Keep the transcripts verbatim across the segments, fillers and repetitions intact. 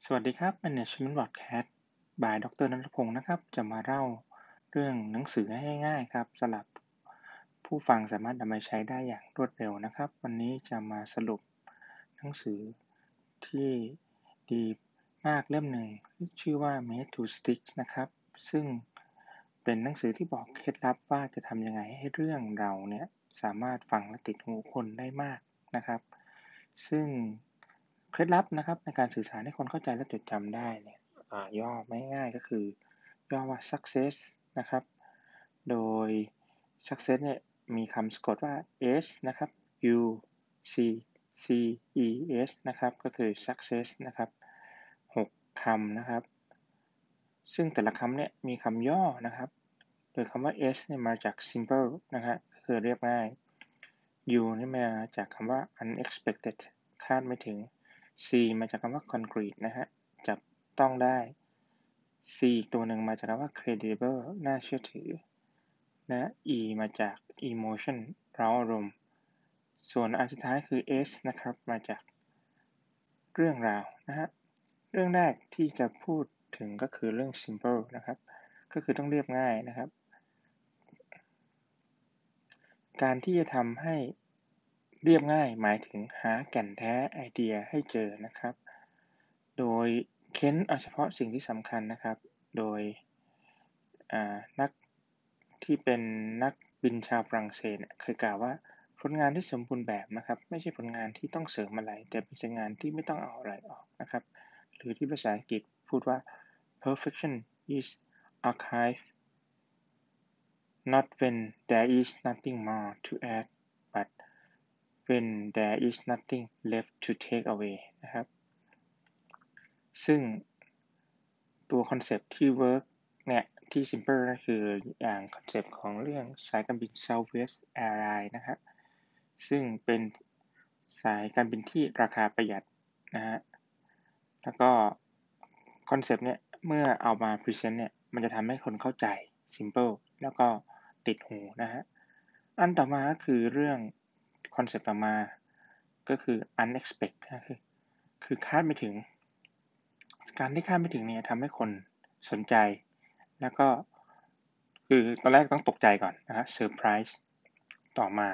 สวัสดีครับ Management Podcast by ดรณัฐพงศ์นะครับจะมาเล่าเรื่องหนังสือให้ง่ายๆครับสำหรับผู้ฟังสามารถนำไปใช้ได้อย่างรวดเร็วนะครับวันนี้จะมาสรุปหนังสือที่ดีมากเล่มหนึ่งชื่อว่า Made to Stick นะครับซึ่งเป็นหนังสือที่บอกเคล็ดลับว่าจะทำยังไงให้เรื่องเราเนี่ยสามารถฟังและติดหูคนได้มากนะครับซึ่งเคล็ดลับนะครับในการสื่อสารให้คนเข้าใจและจดจำได้เนี่ยอ่าย่อไม่ง่ายๆก็คือย่อว่า Success นะครับโดย Success เนี่ยมีคำสะกดว่า S นะครับ U C C E S นะครับก็คือ Success นะครับหกคำนะครับซึ่งแต่ละคำเนี่ยมีคำย่อนะครับโดยคำว่า S เนี่ยมาจาก Simple นะฮะก็คือเรียบง่าย U นี่มาจากคำว่า Unexpected คาดไม่ถึง C มาจากคำว่า Concrete นะฮะจับต้องได้ C อีกตัวหนึ่งมาจากคำว่า Credible น่าเชื่อถือและ E มาจาก Emotion เร้าอารมณ์ส่วนอันสุดท้ายคือ S นะครับมาจากเรื่องราวนะฮะเรื่องแรกที่จะพูดถึงก็คือเรื่อง Simple นะครับก็คือต้องเรียบง่ายนะครับการที่จะทำให้เรียบง่ายหมายถึงหาแก่นแท้ไอเดียให้เจอนะครับโดยเค้นเอาเฉพาะสิ่งที่สำคัญนะครับโดยอ่านักที่เป็นนักบินชาวฝรั่งเศสเนี่ยเคยกล่าวว่าผลงานที่สมบูรณ์แบบนะครับไม่ใช่ผลงานที่ต้องเสริมอะไรแต่เป็นงานที่ไม่ต้องเอาอะไรออกนะครับหรือที่ภาษาอังกฤษพูดว่า perfection is archive not when there is nothing more to add but when there is nothing left to take away นะครับซึ่งตัวคอนเซปต์ที่เวิร์กเนี่ยที่ Simple ก็คืออย่างคอนเซปต์ของเรื่องสายการบิน Southwest Airlines นะครับซึ่งเป็นสายการบินที่ราคาประหยัดนะฮะแล้วก็คอนเซปต์เนี่ยเมื่อเอามาพรีเซนต์เนี่ยมันจะทำให้คนเข้าใจ Simple แล้วก็ติดหูนะฮะอันต่อมาก็คือเรื่องคอนเซปต์ต่อมาก็คือ unexpected ก็คือคือคาดไม่ถึงการที่คาดไม่ถึงเนี่ยทำให้คนสนใจแล้วก็คือตอนแรกต้องตกใจก่อนนะฮะเซอร์ไพรส์ต่อมา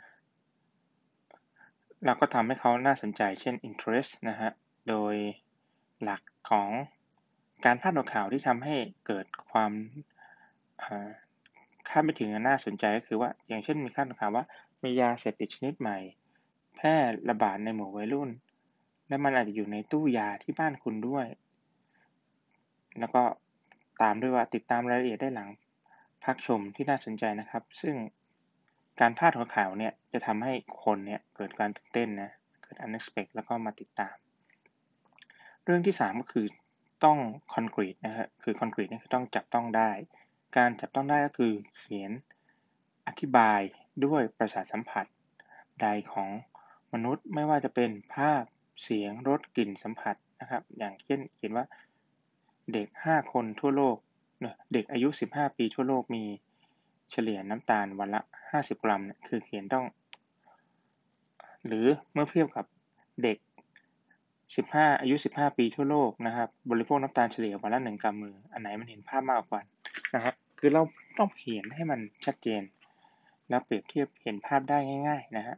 แล้วก็ทำให้เขาน่าสนใจเช่น interest นะฮะโดยหลักของการพาดหัวข่าวที่ทำให้เกิดความอ่าคาดไม่ถึงน่าสนใจก็คือว่าอย่างเช่นมีพาดหัวข่าวว่ามียาเสพติดชนิดใหม่แพร่ระบาดในหมู่วัยรุ่นและมันอาจจะอยู่ในตู้ยาที่บ้านคุณด้วยแล้วก็ตามด้วยว่าติดตามรายละเอียดได้หลังพักชมที่น่าสนใจนะครับซึ่งการพาดหัวข่าวเนี่ยจะทำให้คนเนี่ยเกิดการตื่นเต้นนะเกิด unexpected แล้วก็มาติดตามเรื่องที่สามก็คือต้อง concrete นะครับคือ concrete นี่คือต้องจับต้องได้การจับต้องได้ก็คือเขียนอธิบายด้วยประสาทสัมผัสใดของมนุษย์ไม่ว่าจะเป็นภาพเสียงรสกลิ่นสัมผัสนะครับอย่างเช่นเขียนว่าเด็กห้าคนทั่วโลกเนอะเด็กอายุสิบห้าปีทั่วโลกมีเฉลี่ยน้ำตาลวันละห้าสิบกรัมเนี่ยคือเขียนต้องหรือเมื่อเทียบกับเด็กสิบห้าอายุสิบห้าปีทั่วโลกนะครับบริโภคน้ำตาลเฉลี่ยวันละหนึ่งกำมืออันไหนมันเห็นภาพมากกว่านะครับคือเราต้องเขียนให้มันชัดเจนแล้วเปรียบเทียบเห็นภาพได้ง่ายๆนะฮะ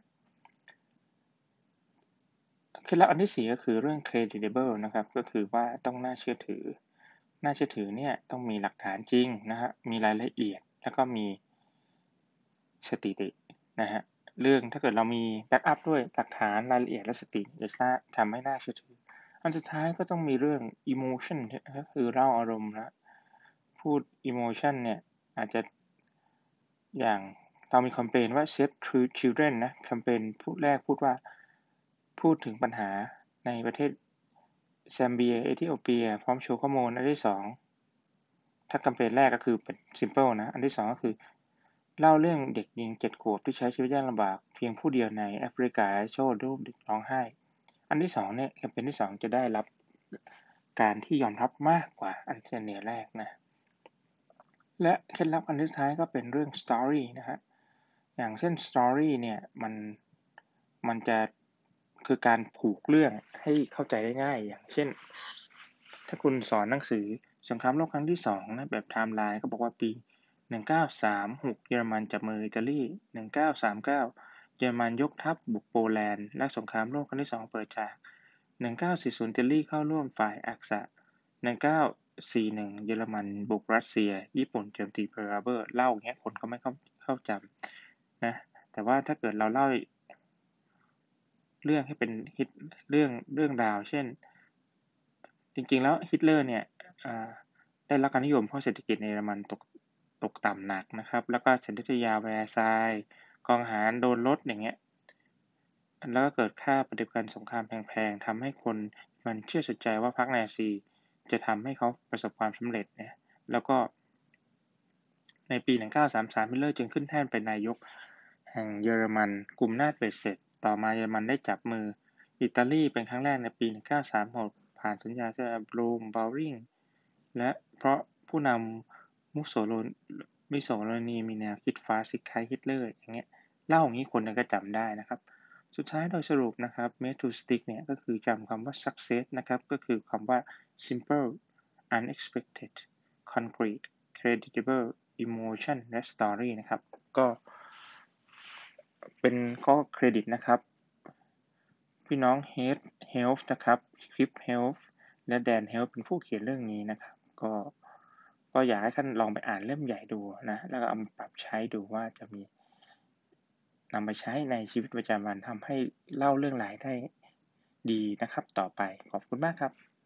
เคล็ดลับอันที่สี่ก็คือเรื่อง credible นะครับก็คือว่าต้องน่าเชื่อถือน่าเชื่อถือเนี่ยต้องมีหลักฐานจริงนะฮะมีรายละเอียดแล้วก็มีสถิตินะฮะเรื่องถ้าเกิดเรามีแบ็กอัพด้วยหลักฐานรายละเอียดและสถิติจะน่าทำให้น่าเชื่อถืออันสุดท้ายก็ต้องมีเรื่อง emotion ก็คือเล่าอารมณ์นะพูด emotion เนี่ยอาจจะอย่างเรามีแคมเปญว่า Save True Children นะแคมเปญพูดแรกพูดว่าพูดถึงปัญหาในประเทศแซมเบียเอธิโอเปียพร้อมโชว์ข้อมูลอันที่สองถ้าแคมเปญแรกก็คือเป็น simple นะอันที่สองก็คือเล่าเรื่องเด็กหญิงเจ็ดขวบที่ใช้ชีวิตยากลำบากเพียงผู้เดียวในแอฟริกาโชว์รูปเด็กร้องไห้อันที่สองเนี่ยแคมเปญที่สองจะได้รับการที่ยอมรับมากกว่าอันเนียแรกนะและเคล็ดลับอันสุดท้ายก็เป็นเรื่อง story นะฮะอย่างเช่น story เนี่ยมันมันจะคือการผูกเรื่องให้เข้าใจได้ง่ายอย่างเช่นถ้าคุณสอนหนังสือสงครามโลกครั้งที่สองนะแบบไทม์ไลน์ก็บอกว่าปีหนึ่งเก้าสามหกเยอรมันจับมืออิตาลีหนึ่งเก้าสามเก้าเยอรมันยกทัพบุกโปแลนด์และสงครามโลกครั้งที่สองเปิดฉากหนึ่งเก้าสี่ศูนย์อิตาลีเข้าร่วมฝ่ายอักษะหนึ่งเก้าสี่หนึ่งเยอรมันบุกรัสเซียญี่ปุ่นโจมตีเพิร์ลฮาร์เบอร์เล่าอย่างเงี้ยคนก็ไม่เข้าเข้าจำนะแต่ว่าถ้าเกิดเราเล่าเรื่องให้เป็นฮิตเรื่องเรื่องราวเช่นจริงๆแล้วฮิตเลอร์เนี่ยอ่าได้รับการนิยมเพราะเศรษฐกิจในเยอรมันตกตกต่ำหนักนะครับแล้วก็สัญญาทยาแวร์ซายน์กองทหารโดนลดอย่างเงี้ยแล้วก็เกิดค่าปฏิบัติการสงครามแพงๆทำให้คนมันเชื่อสุดใจว่าพรรคนาซีจะทำให้เขาประสบความสำเร็จนะแล้วก็ในปีหนึ่งเก้าสามสามฮิตเลอร์จึงขึ้นแท่นเป็นนายกแห่งเยอรมันกุมนาจเบ็ดเสร็จต่อมาเยอรมันได้จับมืออิตาลีเป็นครั้งแรกในปีหนึ่งเก้าสามหกผ่านสัญญาเช่นบรูมบาวริงและเพราะผู้นำมุสโสโลมิโสโลนีมีแนวคิดฟาสซิสต์คล้ายฮิตเลอร์อย่างเงี้ยเล่าอย่างนี้คนก็จำได้นะครับสุดท้ายโดยสรุปนะครับ made to stick เนี่ยก็คือจำคำว่า success นะครับก็คือคำว่า simple unexpected concrete credible emotion และ story นะครับก็เป็นข้อเครดิตนะครับพี่น้อง Heath Helft นะครับ Chris Helft และ Dan Helft เป็นผู้เขียนเรื่องนี้นะครับก็ก็อยากให้ท่านลองไปอ่านเล่มใหญ่ดูนะแล้วก็เอามาปรับใช้ดูว่าจะมีนำไปใช้ในชีวิตประจำวันทำให้เล่าเรื่องราวได้ดีนะครับต่อไปขอบคุณมากครับ